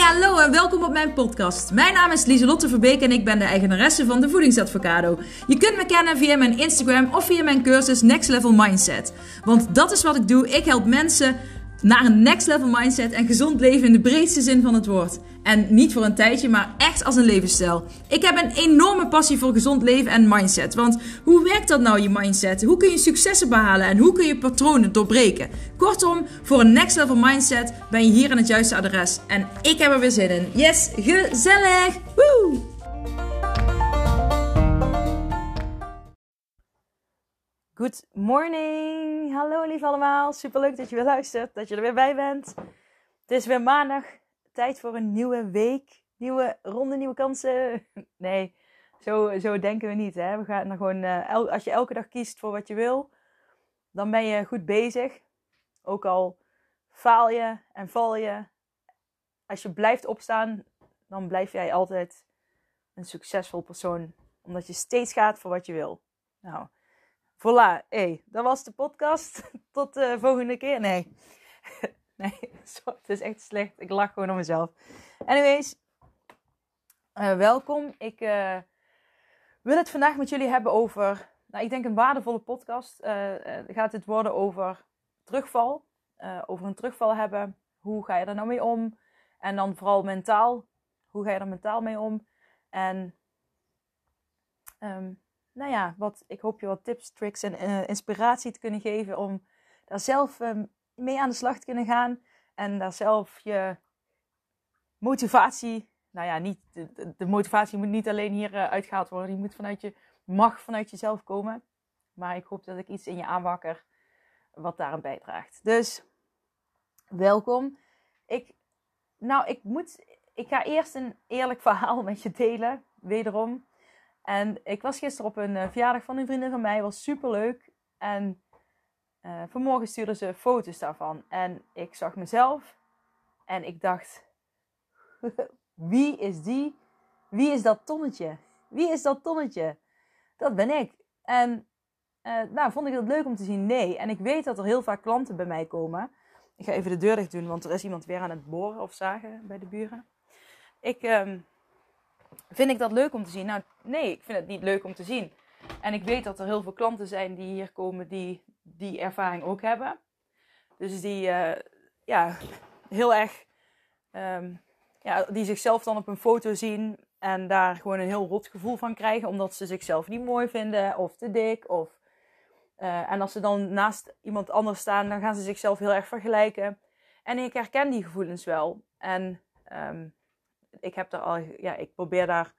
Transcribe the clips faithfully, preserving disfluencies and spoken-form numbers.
hallo en welkom op mijn podcast. Mijn naam is Lieselotte Verbeek en ik ben de eigenaresse van de Voedingsadvocado. Je kunt me kennen via mijn Instagram of via mijn cursus Next Level Mindset. Want dat is wat ik doe. Ik help mensen naar een next level mindset en gezond leven in de breedste zin van het woord. En niet voor een tijdje, maar echt als een levensstijl. Ik heb een enorme passie voor gezond leven en mindset. Want hoe werkt dat nou, je mindset? Hoe kun je successen behalen en hoe kun je patronen doorbreken? Kortom, voor een next level mindset ben je hier aan het juiste adres. En ik heb er weer zin in. Yes, gezellig! Woe! Good morning! Hallo lief allemaal. Superleuk dat je weer luistert, dat je er weer bij bent. Het is weer maandag. Tijd voor een nieuwe week. Nieuwe ronde, nieuwe kansen. Nee, zo, zo denken we niet. Hè? We gaan er gewoon, uh, el- als je elke dag kiest voor wat je wil, dan ben je goed bezig. Ook al faal je en val je. Als je blijft opstaan, dan blijf jij altijd een succesvol persoon. Omdat je steeds gaat voor wat je wil. Nou, voilà. Hey, dat was de podcast. Tot de volgende keer. Nee. Nee, sorry, het is echt slecht. Ik lach gewoon om mezelf. Anyways, uh, welkom. Ik uh, wil het vandaag met jullie hebben over, nou, ik denk een waardevolle podcast. Uh, uh, gaat het worden over terugval. Uh, over een terugval hebben. Hoe ga je er nou mee om? En dan vooral mentaal. Hoe ga je er mentaal mee om? En um, nou ja, wat, ik hoop je wat tips, tricks en uh, inspiratie te kunnen geven om daar zelf um, mee aan de slag te kunnen gaan. En daar zelf je motivatie, nou ja, niet, de, de motivatie moet niet alleen hier uh, uitgehaald worden. Die moet vanuit je, mag vanuit jezelf komen. Maar ik hoop dat ik iets in je aanwakker wat daaraan bijdraagt. Dus, welkom. Ik, nou, ik moet, ik ga eerst een eerlijk verhaal met je delen, wederom. En ik was gisteren op een uh, verjaardag van een vriendin van mij, was super leuk. En uh, vanmorgen stuurde ze foto's daarvan. En ik zag mezelf en ik dacht, wie is die? Wie is dat tonnetje? Wie is dat tonnetje? Dat ben ik. En uh, nou, vond ik dat leuk om te zien? Nee. En ik weet dat er heel vaak klanten bij mij komen. Ik ga even de deur dicht doen, want er is iemand weer aan het boren of zagen bij de buren. Ik... Um, Vind ik dat leuk om te zien? Nou, nee, ik vind het niet leuk om te zien. En ik weet dat er heel veel klanten zijn die hier komen die die ervaring ook hebben. Dus die uh, ja, heel erg, um, ja, die zichzelf dan op een foto zien en daar gewoon een heel rot gevoel van krijgen. Omdat ze zichzelf niet mooi vinden of te dik. Of, uh, en als ze dan naast iemand anders staan, dan gaan ze zichzelf heel erg vergelijken. En ik herken die gevoelens wel. En... Um, Ik heb daar al, ja, ik probeer daar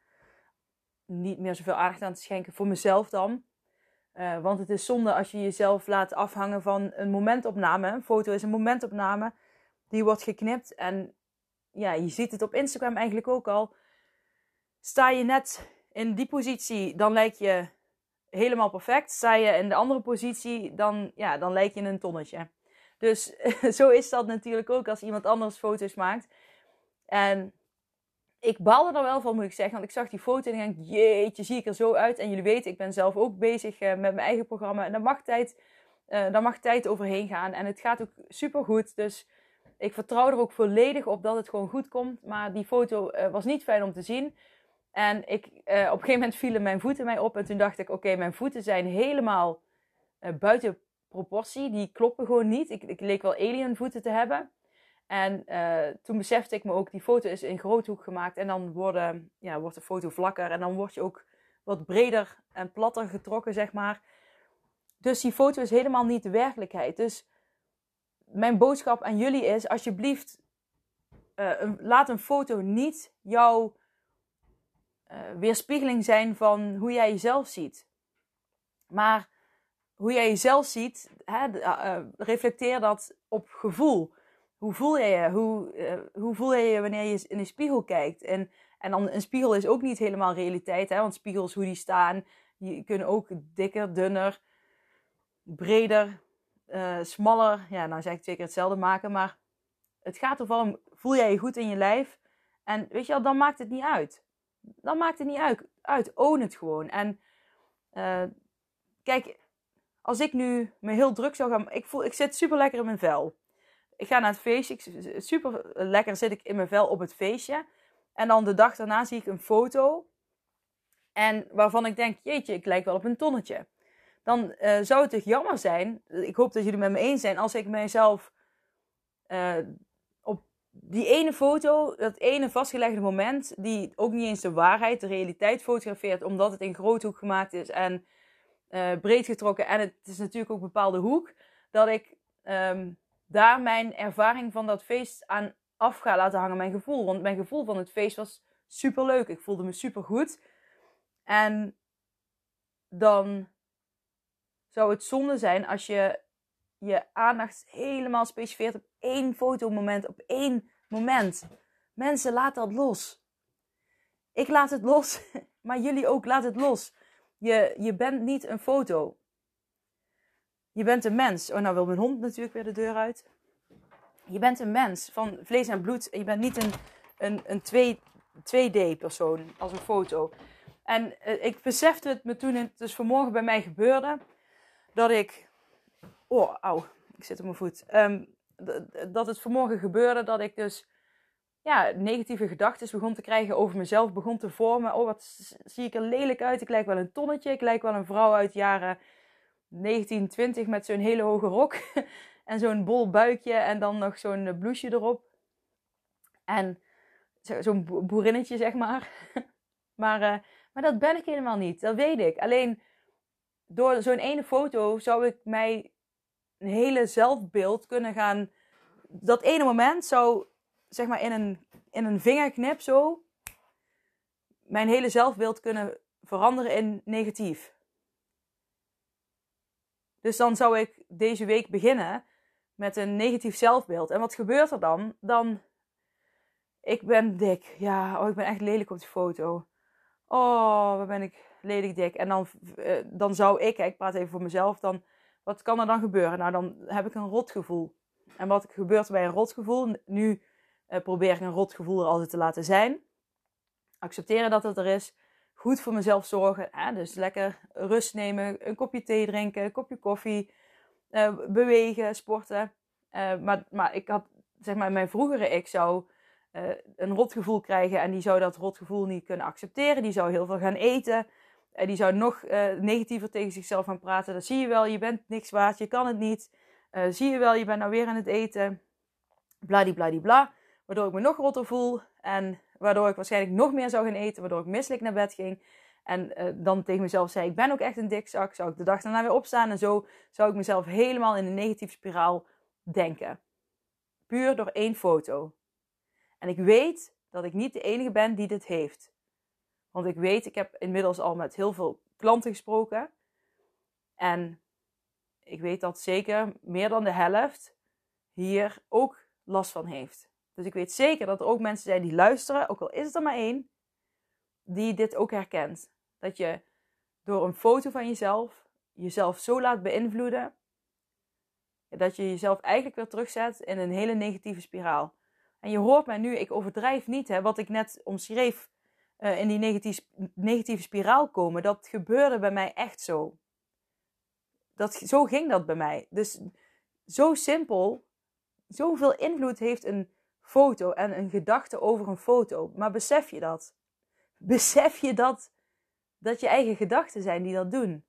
niet meer zoveel aandacht aan te schenken voor mezelf dan. Uh, want het is zonde als je jezelf laat afhangen van een momentopname. Een foto is een momentopname. Die wordt geknipt. En ja, je ziet het op Instagram eigenlijk ook al. Sta je net in die positie, dan lijk je helemaal perfect. Sta je in de andere positie, dan, ja, dan lijk je een tonnetje. Dus zo is dat natuurlijk ook als iemand anders foto's maakt. En... ik baalde er wel van, moet ik zeggen. Want ik zag die foto en ik denk, jeetje, zie ik er zo uit. En jullie weten, ik ben zelf ook bezig uh, met mijn eigen programma. En daar mag tijd, uh, daar mag tijd overheen gaan. En het gaat ook supergoed. Dus ik vertrouw er ook volledig op dat het gewoon goed komt. Maar die foto uh, was niet fijn om te zien. En ik, uh, op een gegeven moment vielen mijn voeten mij op. En toen dacht ik, oké, okay, mijn voeten zijn helemaal uh, buiten proportie. Die kloppen gewoon niet. Ik, ik leek wel alien voeten te hebben. En uh, toen besefte ik me ook, die foto is in groothoek gemaakt. En dan worden, ja, wordt de foto vlakker. En dan word je ook wat breder en platter getrokken, zeg maar. Dus die foto is helemaal niet de werkelijkheid. Dus mijn boodschap aan jullie is, alsjeblieft, uh, een, laat een foto niet jouw uh, weerspiegeling zijn van hoe jij jezelf ziet. Maar hoe jij jezelf ziet, hè, uh, reflecteer dat op gevoel. Hoe voel je je? Hoe, uh, hoe voel je je wanneer je in de spiegel kijkt? En, en dan een spiegel is ook niet helemaal realiteit. Hè? Want spiegels, hoe die staan, die kunnen ook dikker, dunner, breder, uh, smaller. Ja, nou zeg ik twee keer hetzelfde maken. Maar het gaat erom, voel jij je goed in je lijf? En weet je wel, dan maakt het niet uit. Dan maakt het niet uit. uit. Own het gewoon. En uh, kijk, als ik nu me heel druk zou gaan... Ik, voel, ik zit super lekker in mijn vel. ik ga naar het feestje. Ik, super lekker zit ik in mijn vel op het feestje. En dan de dag daarna zie ik een foto. En waarvan ik denk, jeetje, ik lijk wel op een tonnetje. Dan uh, zou het toch jammer zijn. Ik hoop dat jullie met me eens zijn. Als ik mijzelf uh, op die ene foto, dat ene vastgelegde moment, die ook niet eens de waarheid, de realiteit fotografeert, omdat het in groothoek gemaakt is en uh, breed getrokken. En het is natuurlijk ook een bepaalde hoek. Dat ik um, daar mijn ervaring van dat feest aan af ga laten hangen. Mijn gevoel. Want mijn gevoel van het feest was superleuk. Ik voelde me supergoed. En dan zou het zonde zijn als je je aandacht helemaal specifieert op één fotomoment, op één moment. Mensen, laat dat los. Ik laat het los, maar jullie ook, laat het los. Je, je bent niet een foto. Je bent een mens. Oh, nou wil mijn hond natuurlijk weer de deur uit. Je bent een mens van vlees en bloed. Je bent niet een, een, een twee D-persoon als een foto. En uh, ik besefte het me toen het dus vanmorgen bij mij gebeurde. Dat ik... Oh, auw. Ik zit op mijn voet. Um, d- dat het vanmorgen gebeurde dat ik dus... Ja, negatieve gedachten begon te krijgen over mezelf. Begon te vormen. Oh, wat zie ik er lelijk uit. Ik lijk wel een tonnetje. Ik lijk wel een vrouw uit jaren negentien twintig met zo'n hele hoge rok. En zo'n bol buikje. En dan nog zo'n blouseje erop. En zo, zo'n boerinnetje, zeg maar. maar, uh, maar dat ben ik helemaal niet. Dat weet ik. Alleen door zo'n ene foto zou ik mij een hele zelfbeeld kunnen gaan... Dat ene moment zou, zeg maar in een, in een vingerknip zo... mijn hele zelfbeeld kunnen veranderen in negatief. Dus dan zou ik deze week beginnen met een negatief zelfbeeld. En wat gebeurt er dan? Dan, ik ben dik. Ja, oh, ik ben echt lelijk op die foto. Oh, wat ben ik lelijk dik. En dan, uh, dan zou ik, ik praat even voor mezelf, dan, wat kan er dan gebeuren? Nou, dan heb ik een rotgevoel. En wat gebeurt er bij een rotgevoel? Nu uh, probeer ik een rotgevoel er altijd te laten zijn. Accepteren dat het er is. Goed voor mezelf zorgen. Hè? Dus lekker rust nemen. Een kopje thee drinken. Een kopje koffie. Uh, bewegen. Sporten. Uh, maar, maar ik had, zeg maar, mijn vroegere ik zou uh, een rotgevoel krijgen. En die zou dat rotgevoel niet kunnen accepteren. Die zou heel veel gaan eten. Uh, die zou nog uh, negatiever tegen zichzelf gaan praten. Dat zie je wel. Je bent niks waard. Je kan het niet. Uh, zie je wel. Je bent nou weer aan het eten. Bladibladibla. Waardoor ik me nog rotter voel. En waardoor ik waarschijnlijk nog meer zou gaan eten. Waardoor ik misselijk naar bed ging. En uh, dan tegen mezelf zei, ik ben ook echt een dikzak. Zou ik de dag daarna weer opstaan. En zo zou ik mezelf helemaal in een negatieve spiraal denken. Puur door één foto. En ik weet dat ik niet de enige ben die dit heeft. Want ik weet, ik heb inmiddels al met heel veel klanten gesproken. En ik weet dat zeker meer dan de helft hier ook last van heeft. Dus ik weet zeker dat er ook mensen zijn die luisteren, ook al is het er maar één, die dit ook herkent. Dat je door een foto van jezelf, jezelf zo laat beïnvloeden, dat je jezelf eigenlijk weer terugzet in een hele negatieve spiraal. En je hoort mij nu, ik overdrijf niet, hè, wat ik net omschreef, uh, in die negatieve, negatieve spiraal komen. Dat gebeurde bij mij echt zo. Dat, zo ging dat bij mij. Dus zo simpel, zoveel invloed heeft een foto en een gedachte over een foto. Maar besef je dat? Besef je dat, dat je eigen gedachten zijn die dat doen?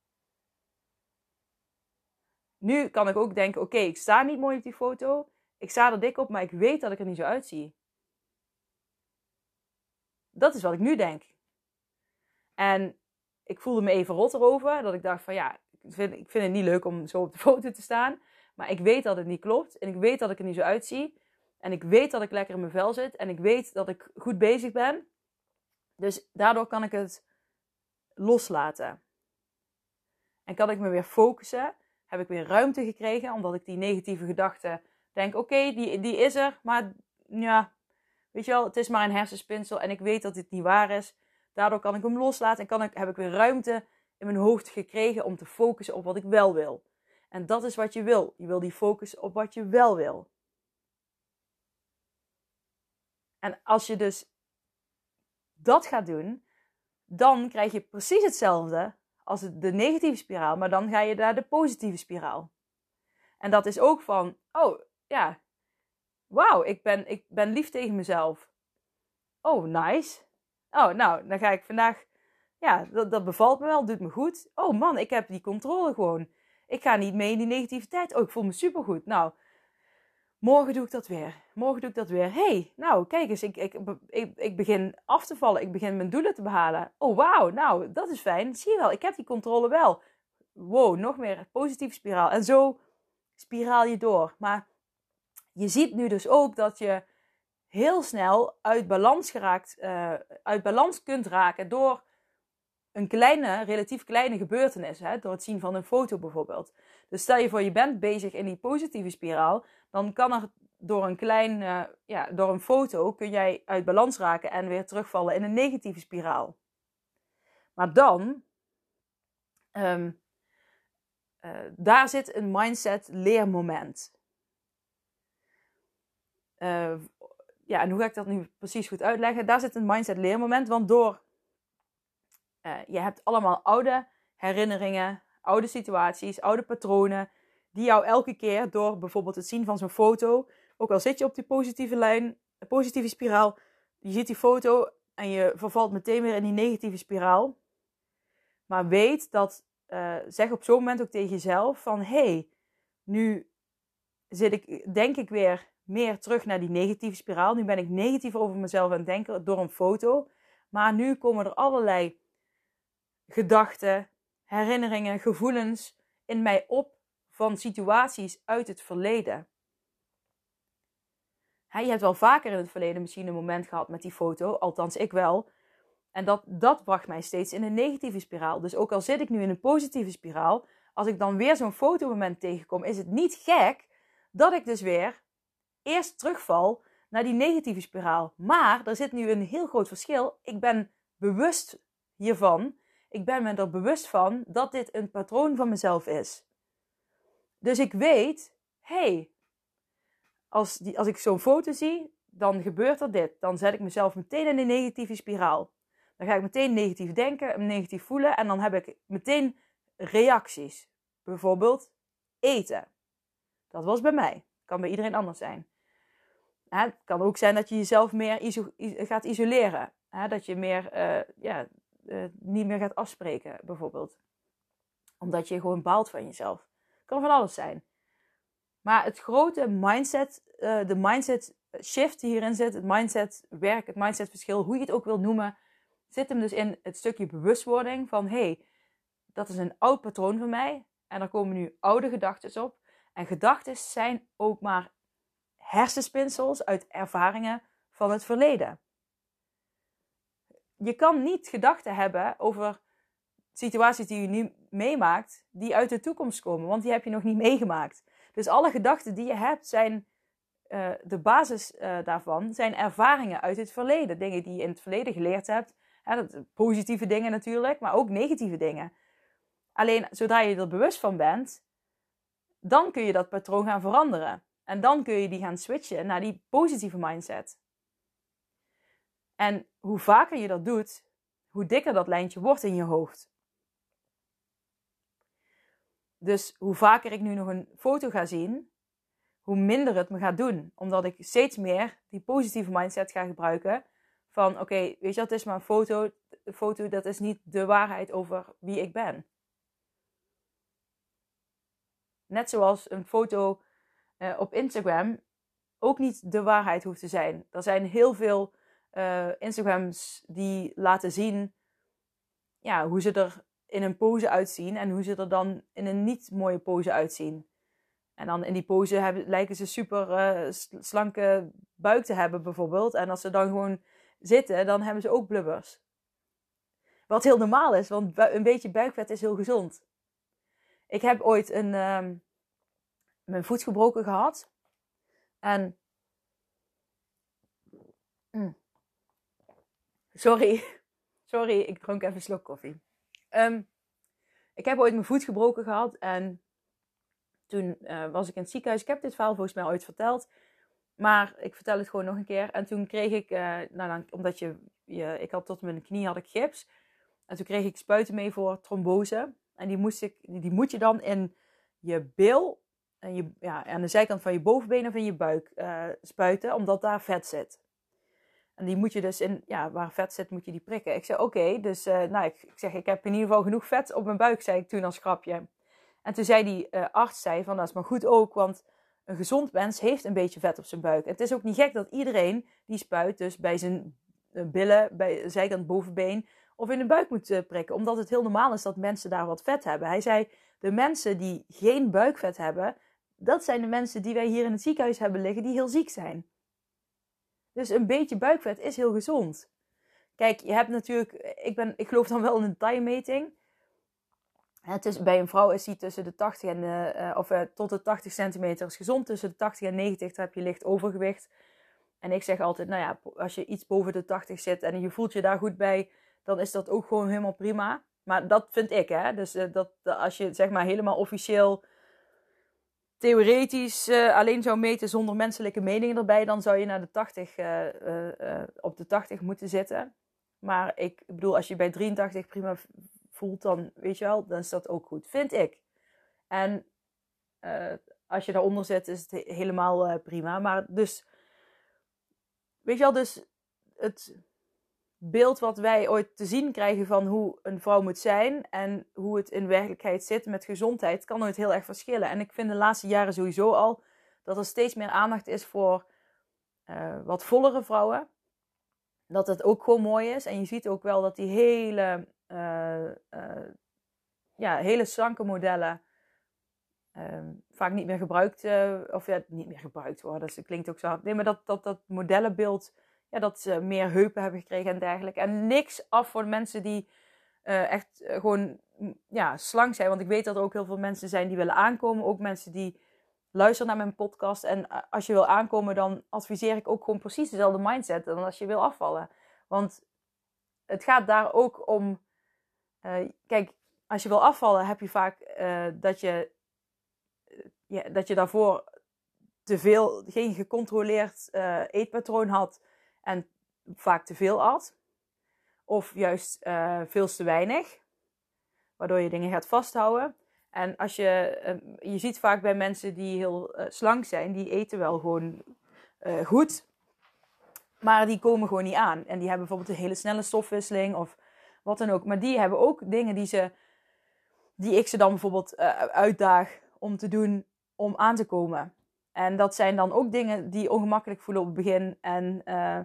Nu kan ik ook denken, oké, okay, ik sta niet mooi op die foto. Ik sta er dik op, maar ik weet dat ik er niet zo uitzie. Dat is wat ik nu denk. En ik voelde me even rot erover. Dat ik dacht van ja, ik vind, ik vind het niet leuk om zo op de foto te staan. Maar ik weet dat het niet klopt. En ik weet dat ik er niet zo uitzie. En ik weet dat ik lekker in mijn vel zit. En ik weet dat ik goed bezig ben. Dus daardoor kan ik het loslaten. En kan ik me weer focussen. Heb ik weer ruimte gekregen. Omdat ik die negatieve gedachten denk. Oké, okay, die, die is er. Maar ja, weet je wel, het is maar een hersenspinsel. En ik weet dat dit niet waar is. Daardoor kan ik hem loslaten. En kan ik, heb ik weer ruimte in mijn hoofd gekregen om te focussen op wat ik wel wil. En dat is wat je wil. Je wil die focus op wat je wel wil. En als je dus dat gaat doen, dan krijg je precies hetzelfde als de negatieve spiraal. Maar dan ga je naar de positieve spiraal. En dat is ook van, oh, ja, wauw, ik ben, ik ben lief tegen mezelf. Oh, nice. Oh, nou, dan ga ik vandaag, ja, dat, dat bevalt me wel, doet me goed. Oh man, ik heb die controle gewoon. Ik ga niet mee in die negativiteit. Oh, ik voel me supergoed. Nou, morgen doe ik dat weer. Morgen doe ik dat weer. hey, nou, kijk eens, ik, ik, ik, ik begin af te vallen. Ik begin mijn doelen te behalen. Oh, wauw, nou, dat is fijn. Zie je wel, ik heb die controle wel. Wow, nog meer positieve spiraal. En zo spiraal je door. Maar je ziet nu dus ook dat je heel snel uit balans geraakt, uh, uit balans kunt raken door een kleine, relatief kleine gebeurtenis. Hè? Door het zien van een foto bijvoorbeeld. Dus stel je voor, je bent bezig in die positieve spiraal. Dan kan er door een klein, uh, ja, door een foto kun jij uit balans raken en weer terugvallen in een negatieve spiraal. Maar dan, um, uh, daar zit een mindset leermoment. Uh, ja, en hoe ga ik dat nu precies goed uitleggen? Daar zit een mindset leermoment, want door Uh, je hebt allemaal oude herinneringen, oude situaties, oude patronen, die jou elke keer door bijvoorbeeld het zien van zo'n foto, ook al zit je op die positieve lijn, een positieve spiraal, je ziet die foto en je vervalt meteen weer in die negatieve spiraal. Maar weet dat, uh, zeg op zo'n moment ook tegen jezelf van, hé, hey, nu zit ik, denk ik weer meer terug naar die negatieve spiraal. Nu ben ik negatief over mezelf aan het denken door een foto. Maar nu komen er allerlei gedachten, herinneringen, gevoelens in mij op van situaties uit het verleden. He, je hebt wel vaker in het verleden misschien een moment gehad met die foto, althans ik wel. En dat, dat bracht mij steeds in een negatieve spiraal. Dus ook al zit ik nu in een positieve spiraal, als ik dan weer zo'n fotomoment tegenkom, is het niet gek dat ik dus weer eerst terugval naar die negatieve spiraal. Maar er zit nu een heel groot verschil. Ik ben bewust hiervan. Ik ben me er bewust van dat dit een patroon van mezelf is. Dus ik weet, hé, hey, als, die, als ik zo'n foto zie, dan gebeurt er dit. Dan zet ik mezelf meteen in een negatieve spiraal. Dan ga ik meteen negatief denken, negatief voelen en dan heb ik meteen reacties. Bijvoorbeeld eten. Dat was bij mij. Kan bij iedereen anders zijn. Het kan ook zijn dat je jezelf meer iso- gaat isoleren. Dat je meer, uh, ja, uh, niet meer gaat afspreken, bijvoorbeeld. Omdat je gewoon baalt van jezelf. Kan van alles zijn. Maar het grote mindset, uh, de mindset shift die hierin zit, het mindset werk, het mindset verschil, hoe je het ook wil noemen, zit hem dus in het stukje bewustwording van, hé, hey, dat is een oud patroon van mij en er komen nu oude gedachten op. En gedachten zijn ook maar hersenspinsels uit ervaringen van het verleden. Je kan niet gedachten hebben over situaties die je nu meemaakt, die uit de toekomst komen, want die heb je nog niet meegemaakt. Dus alle gedachten die je hebt zijn, uh, de basis uh, daarvan zijn ervaringen uit het verleden. Dingen die je in het verleden geleerd hebt. Hè, dat, positieve dingen natuurlijk, maar ook negatieve dingen. Alleen zodra je er bewust van bent, dan kun je dat patroon gaan veranderen. En dan kun je die gaan switchen naar die positieve mindset. En hoe vaker je dat doet, hoe dikker dat lijntje wordt in je hoofd. Dus hoe vaker ik nu nog een foto ga zien, hoe minder het me gaat doen. Omdat ik steeds meer die positieve mindset ga gebruiken. Van oké, okay, weet je wat, het is maar een foto. Een foto, dat is niet de waarheid over wie ik ben. Net zoals een foto uh, op Instagram ook niet de waarheid hoeft te zijn. Er zijn heel veel uh, Instagrams die laten zien, ja, hoe ze er in een pose uitzien en hoe ze er dan in een niet mooie pose uitzien. En dan in die pose hebben, lijken ze super uh, slanke buik te hebben bijvoorbeeld. En als ze dan gewoon zitten, dan hebben ze ook blubbers. Wat heel normaal is, want bu- een beetje buikvet is heel gezond. Ik heb ooit een, uh, mijn voet gebroken gehad. En... Mm. Sorry. Sorry, ik dronk even een slok koffie. Um, ik heb ooit mijn voet gebroken gehad. En toen uh, was ik in het ziekenhuis. Ik heb dit verhaal volgens mij ooit verteld. Maar ik vertel het gewoon nog een keer. En toen kreeg ik, uh, nou dan, omdat je, je, ik had tot mijn knie had ik gips. En toen kreeg ik spuiten mee voor trombose. En die, moest ik, die moet je dan in je bil en je, ja, aan de zijkant van je bovenbeen of in je buik uh, spuiten, omdat daar vet zit. En die moet je dus in, ja, waar vet zit, moet je die prikken. Ik zei, oké, okay, dus uh, nou, ik, ik zeg, ik heb in ieder geval genoeg vet op mijn buik, zei ik toen als grapje. En toen zei die uh, arts, zei van, dat is maar goed ook, want een gezond mens heeft een beetje vet op zijn buik. En het is ook niet gek dat iedereen die spuit dus bij zijn uh, billen, bij de zijkant bovenbeen, of in de buik moet uh, prikken. Omdat het heel normaal is dat mensen daar wat vet hebben. Hij zei, de mensen die geen buikvet hebben, dat zijn de mensen die wij hier in het ziekenhuis hebben liggen, die heel ziek zijn. Dus een beetje buikvet is heel gezond. Kijk, je hebt natuurlijk, ik, ben, ik geloof dan wel in een taillemeting. Het is, bij een vrouw is die tussen de tachtig en de, uh, of uh, tot de tachtig centimeter is gezond. Tussen de tachtig en negentig, dan heb je licht overgewicht. En ik zeg altijd, nou ja, als je iets boven de tachtig zit en je voelt je daar goed bij, dan is dat ook gewoon helemaal prima. Maar dat vind ik, hè. Dus uh, dat, dat als je zeg maar helemaal officieel theoretisch uh, alleen zou meten zonder menselijke meningen erbij, dan zou je naar de tachtig, uh, uh, uh, op de tachtig moeten zitten. Maar ik bedoel, als je bij drieëntachtig prima voelt, dan weet je wel, dan is dat ook goed. Vind ik. En uh, als je daaronder zit, is het he- helemaal uh, prima. Maar dus, weet je wel, dus het beeld wat wij ooit te zien krijgen van hoe een vrouw moet zijn en hoe het in werkelijkheid zit met gezondheid, kan nooit heel erg verschillen. En ik vind de laatste jaren sowieso al dat er steeds meer aandacht is voor uh, wat vollere vrouwen. Dat het ook gewoon mooi is. En je ziet ook wel dat die hele, uh, uh, ja, hele slanke modellen uh, vaak niet meer gebruikt, uh, of ja, niet meer gebruikt worden. Dus het klinkt ook zo hard. Nee, maar dat, dat, dat modellenbeeld, ja, dat ze meer heupen hebben gekregen en dergelijke. En niks af voor mensen die uh, echt uh, gewoon ja, slank zijn. Want ik weet dat er ook heel veel mensen zijn die willen aankomen. Ook mensen die luisteren naar mijn podcast. En uh, als je wil aankomen, dan adviseer ik ook gewoon precies dezelfde mindset dan als je wil afvallen. Want het gaat daar ook om. Uh, kijk, als je wil afvallen, heb je vaak uh, dat je, uh, ja, dat je daarvoor te veel, geen gecontroleerd uh, eetpatroon had en vaak te veel at. Of juist uh, veel te weinig, waardoor je dingen gaat vasthouden. En als je, uh, je ziet vaak bij mensen die heel uh, slank zijn, die eten wel gewoon uh, goed, maar die komen gewoon niet aan. En die hebben bijvoorbeeld een hele snelle stofwisseling of wat dan ook. Maar die hebben ook dingen die, ze, die ik ze dan bijvoorbeeld uh, uitdaag om te doen om aan te komen. En dat zijn dan ook dingen die ongemakkelijk voelen op het begin en uh,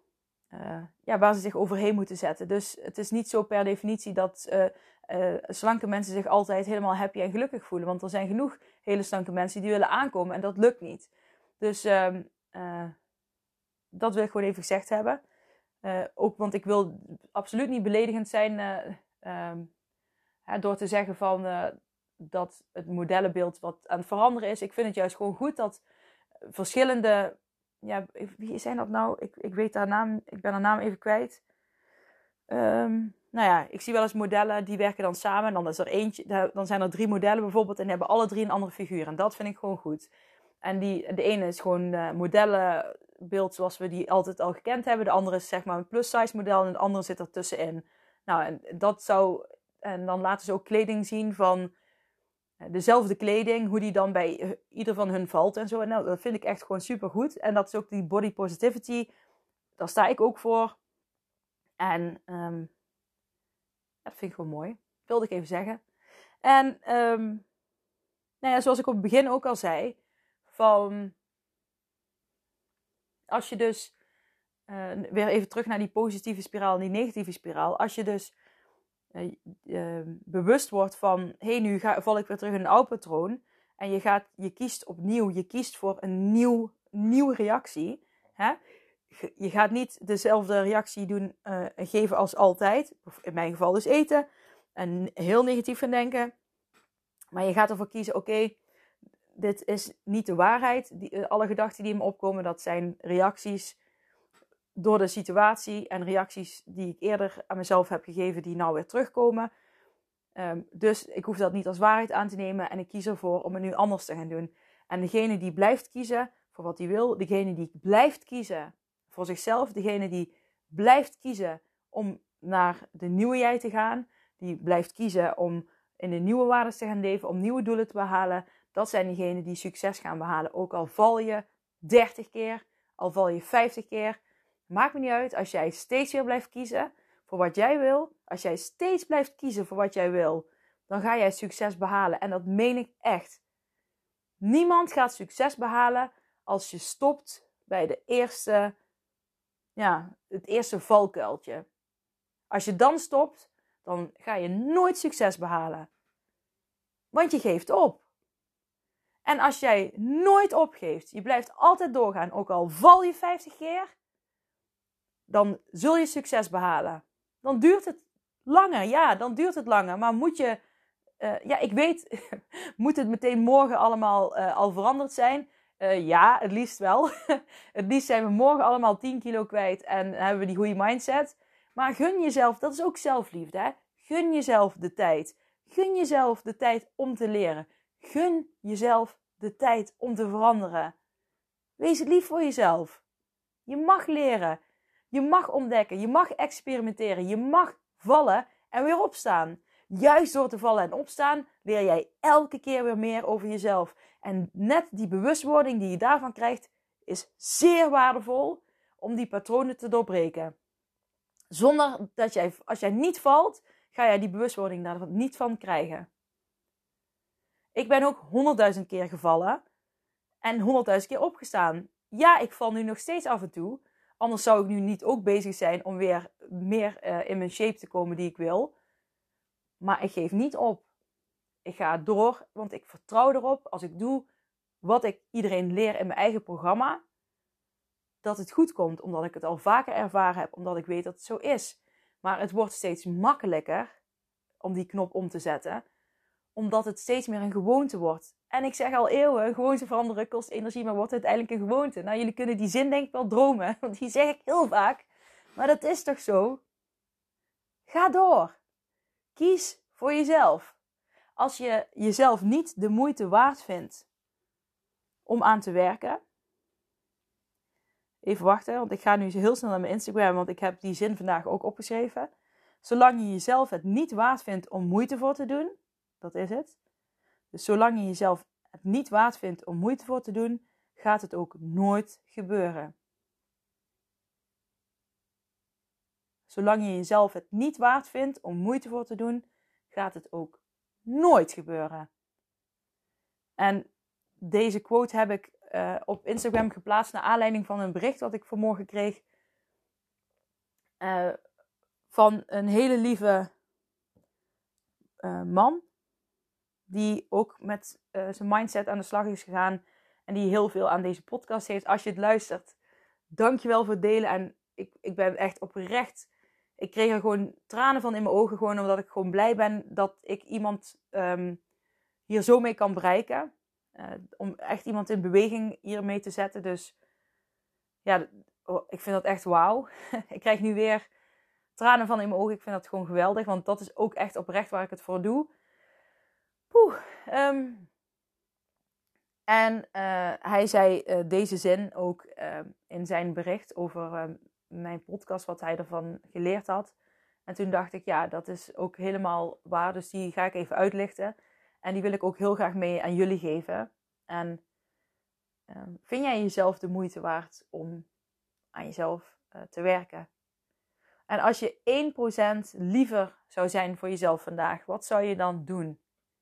uh, ja, waar ze zich overheen moeten zetten. Dus het is niet zo per definitie dat uh, uh, slanke mensen zich altijd helemaal happy en gelukkig voelen. Want er zijn genoeg hele slanke mensen die willen aankomen en dat lukt niet. Dus uh, uh, dat wil ik gewoon even gezegd hebben. Uh, ook want ik wil absoluut niet beledigend zijn uh, uh, uh, door te zeggen van uh, dat het modellenbeeld wat aan het veranderen is. Ik vind het juist gewoon goed dat verschillende, ja, wie zijn dat nou? Ik, ik weet haar naam, ik ben haar naam even kwijt. Um, nou ja, ik zie wel eens modellen die werken dan samen. Dan is er eentje, dan zijn er drie modellen bijvoorbeeld en die hebben alle drie een andere figuur. En dat vind ik gewoon goed. En die, de ene is gewoon uh, modellenbeeld zoals we die altijd al gekend hebben. De andere is zeg maar een plus-size model en de andere zit er tussenin. Nou, en dat zou, en dan laten ze ook kleding zien van dezelfde kleding, hoe die dan bij ieder van hun valt en zo. En nou, dat vind ik echt gewoon super goed. En dat is ook die body positivity. Daar sta ik ook voor. En um, dat vind ik gewoon mooi. Wilde ik even zeggen. En um, nou ja, zoals ik op het begin ook al zei, van als je dus uh, weer even terug naar die positieve spiraal en die negatieve spiraal. Als je dus uh, uh, bewust wordt van, hé, hey, nu ga, val ik weer terug in een oud patroon. En je, gaat, je kiest opnieuw, je kiest voor een nieuw, nieuwe reactie. Hè? Je gaat niet dezelfde reactie doen, uh, geven als altijd. Of in mijn geval dus eten. En heel negatief gaan denken. Maar je gaat ervoor kiezen, oké, okay, dit is niet de waarheid. Die, uh, alle gedachten die in me opkomen, dat zijn reacties door de situatie. En reacties die ik eerder aan mezelf heb gegeven, die nou weer terugkomen. Um, dus ik hoef dat niet als waarheid aan te nemen. En ik kies ervoor om het nu anders te gaan doen. En degene die blijft kiezen voor wat hij wil. Degene die blijft kiezen voor zichzelf. Degene die blijft kiezen om naar de nieuwe jij te gaan. Die blijft kiezen om in de nieuwe waarden te gaan leven. Om nieuwe doelen te behalen. dat zijn diegenen die succes gaan behalen. Ook al val je dertig keer, al val je vijftig keer. Maakt me niet uit, als jij steeds weer blijft kiezen voor wat jij wil. Als jij steeds blijft kiezen voor wat jij wil, dan ga jij succes behalen. En dat meen ik echt. Niemand gaat succes behalen als je stopt bij de eerste, ja, het eerste valkuiltje. Als je dan stopt, dan ga je nooit succes behalen. Want je geeft op. En als jij nooit opgeeft, je blijft altijd doorgaan, ook al val je vijftig keer, dan zul je succes behalen. Dan duurt het langer, ja, dan duurt het langer. Maar moet je, uh, ja, ik weet, moet het meteen morgen allemaal uh, al veranderd zijn? Uh, ja, het liefst wel. Het liefst zijn we morgen allemaal tien kilo kwijt en hebben we die goede mindset. Maar gun jezelf, dat is ook zelfliefde, hè? Gun jezelf de tijd. Gun jezelf de tijd om te leren. Gun jezelf de tijd om te veranderen. Wees lief voor jezelf. Je mag leren. Je mag ontdekken. Je mag experimenteren. Je mag vallen en weer opstaan. Juist door te vallen en opstaan leer jij elke keer weer meer over jezelf. En net die bewustwording die je daarvan krijgt is zeer waardevol om die patronen te doorbreken. Zonder dat jij, als jij niet valt, ga jij die bewustwording daar niet van krijgen. Ik ben ook honderdduizend keer gevallen en honderdduizend keer opgestaan. Ja, ik val nu nog steeds af en toe. Anders zou ik nu niet ook bezig zijn om weer meer uh, in mijn shape te komen die ik wil. Maar ik geef niet op. Ik ga door, want ik vertrouw erop als ik doe wat ik iedereen leer in mijn eigen programma, dat het goed komt. Omdat ik het al vaker ervaren heb, omdat ik weet dat het zo is. Maar het wordt steeds makkelijker om die knop om te zetten, omdat het steeds meer een gewoonte wordt. En ik zeg al eeuwen, gewoonte veranderen kost energie, maar wordt uiteindelijk een gewoonte. Nou, jullie kunnen die zin denk ik wel dromen, want die zeg ik heel vaak. Maar dat is toch zo? Ga door. Kies voor jezelf. Als je jezelf niet de moeite waard vindt om aan te werken. Even wachten, want ik ga nu heel snel naar mijn Instagram, want ik heb die zin vandaag ook opgeschreven. Zolang je jezelf het niet waard vindt om moeite voor te doen, dat is het. Dus zolang je jezelf het niet waard vindt om moeite voor te doen, gaat het ook nooit gebeuren. Zolang je jezelf het niet waard vindt om moeite voor te doen, gaat het ook nooit gebeuren. En deze quote heb ik uh, op Instagram geplaatst naar aanleiding van een bericht dat ik vanmorgen kreeg uh, van een hele lieve uh, man die ook met uh, zijn mindset aan de slag is gegaan en die heel veel aan deze podcast heeft. Als je het luistert, dankjewel voor het delen. En ik, ik ben echt oprecht, ik kreeg er gewoon tranen van in mijn ogen, gewoon omdat ik gewoon blij ben dat ik iemand um, hier zo mee kan bereiken. Uh, om echt iemand in beweging hiermee te zetten. Dus ja, oh, ik vind dat echt wauw. Ik krijg nu weer tranen van in mijn ogen. Ik vind dat gewoon geweldig, want dat is ook echt oprecht waar ik het voor doe. Poeh. Um, en uh, hij zei uh, deze zin ook uh, in zijn bericht over uh, mijn podcast, wat hij ervan geleerd had. En toen dacht ik, ja, dat is ook helemaal waar. Dus die ga ik even uitlichten. En die wil ik ook heel graag mee aan jullie geven. En uh, vind jij jezelf de moeite waard om aan jezelf uh, te werken? En als je één procent liever zou zijn voor jezelf vandaag, wat zou je dan doen?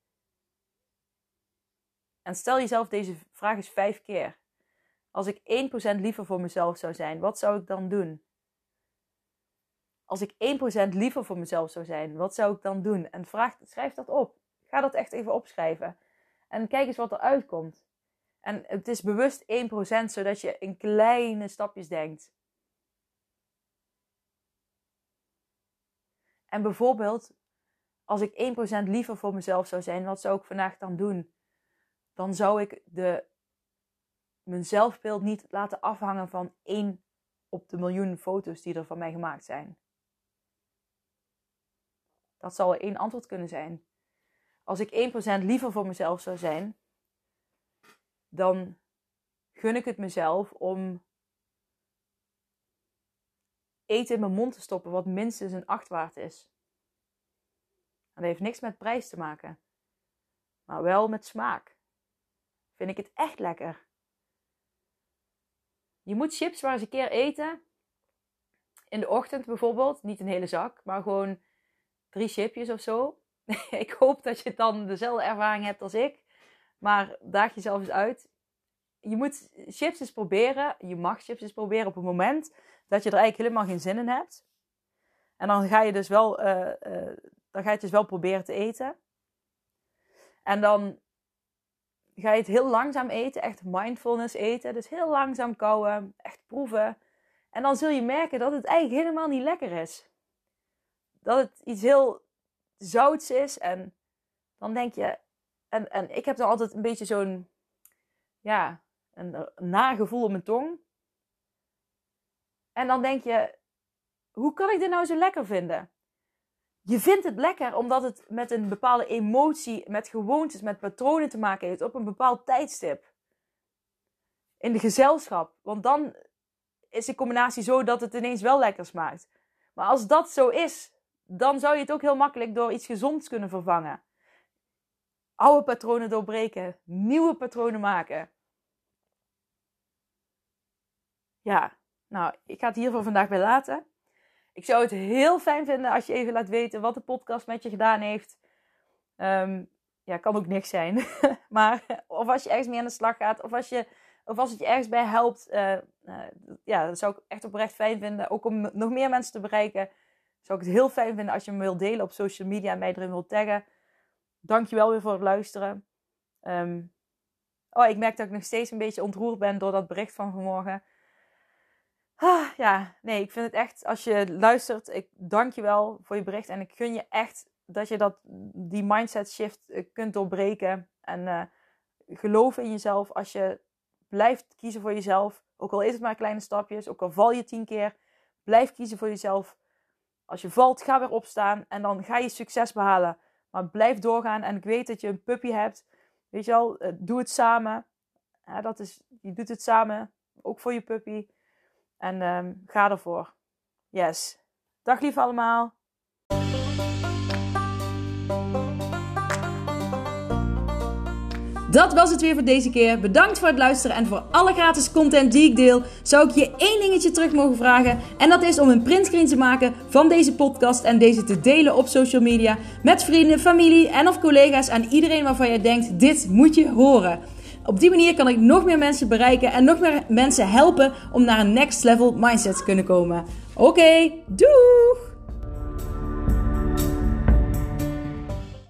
En stel jezelf deze vraag eens vijf keer. Als ik één procent liever voor mezelf zou zijn, wat zou ik dan doen? Als ik één procent liever voor mezelf zou zijn, wat zou ik dan doen? En vraag, schrijf dat op. Ga dat echt even opschrijven. En kijk eens wat er uitkomt. En het is bewust één procent, zodat je in kleine stapjes denkt. En bijvoorbeeld, als ik één procent liever voor mezelf zou zijn, wat zou ik vandaag dan doen? Dan zou ik de, mijn zelfbeeld niet laten afhangen van één op de miljoen foto's die er van mij gemaakt zijn. Dat zou één antwoord kunnen zijn. Als ik één procent liever voor mezelf zou zijn, dan gun ik het mezelf om eten in mijn mond te stoppen wat minstens een acht waard is. En dat heeft niks met prijs te maken, maar wel met smaak. vind ik het echt lekker. Je moet chips maar eens een keer eten. In de ochtend bijvoorbeeld. Niet een hele zak, maar gewoon drie chipjes of zo. Ik hoop dat je dan dezelfde ervaring hebt als ik. Maar daag jezelf eens uit. Je moet chips eens proberen. Je mag chips eens proberen op het moment dat je er eigenlijk helemaal geen zin in hebt. En dan ga je dus wel, uh, uh, dan ga je het dus wel proberen te eten. En dan ga je het heel langzaam eten. Echt mindfulness eten. Dus heel langzaam kauwen. Echt proeven. En dan zul je merken dat het eigenlijk helemaal niet lekker is. Dat het iets heel zouts is. En dan denk je... En, en ik heb dan altijd een beetje zo'n... Ja, een nagevoel op mijn tong. En dan denk je... Hoe kan ik dit nou zo lekker vinden? Je vindt het lekker omdat het met een bepaalde emotie, met gewoontes, met patronen te maken heeft op een bepaald tijdstip. In de gezelschap. Want dan is de combinatie zo dat het ineens wel lekker smaakt. Maar als dat zo is, dan zou je het ook heel makkelijk door iets gezonds kunnen vervangen. Oude patronen doorbreken, nieuwe patronen maken. Ja, nou, ik ga het hier voor vandaag bij laten. Ik zou het heel fijn vinden als je even laat weten wat de podcast met je gedaan heeft. Um, ja, kan ook niks zijn. Maar of als je ergens mee aan de slag gaat. Of als, je, of als het je ergens bij helpt. Uh, uh, ja, dat zou ik echt oprecht fijn vinden. Ook om nog meer mensen te bereiken. Zou ik het heel fijn vinden als je me wilt delen op social media. En mij erin wilt taggen. Dankjewel weer voor het luisteren. Um, oh, ik merk dat ik nog steeds een beetje ontroerd ben door dat bericht van vanmorgen. Ah, ja, nee, ik vind het echt, als je luistert, ik dank je wel voor je bericht. En ik gun je echt dat je dat, die mindset shift kunt doorbreken. En uh, geloof in jezelf. Als je blijft kiezen voor jezelf, ook al is het maar kleine stapjes, ook al val je tien keer, blijf kiezen voor jezelf. Als je valt, ga weer opstaan en dan ga je succes behalen. Maar blijf doorgaan en ik weet dat je een puppy hebt. Weet je wel, uh, doe het samen. Ja, dat is, je doet het samen, ook voor je puppy. En um, ga ervoor. Yes. Dag lief allemaal. Dat was het weer voor deze keer. Bedankt voor het luisteren en voor alle gratis content die ik deel. Zou ik je één dingetje terug mogen vragen. En dat is om een printscreen te maken van deze podcast. En deze te delen op social media. Met vrienden, familie en of collega's. En iedereen waarvan je denkt, dit moet je horen. Op die manier kan ik nog meer mensen bereiken en nog meer mensen helpen om naar een next level mindset te kunnen komen. Oké, okay, doeg!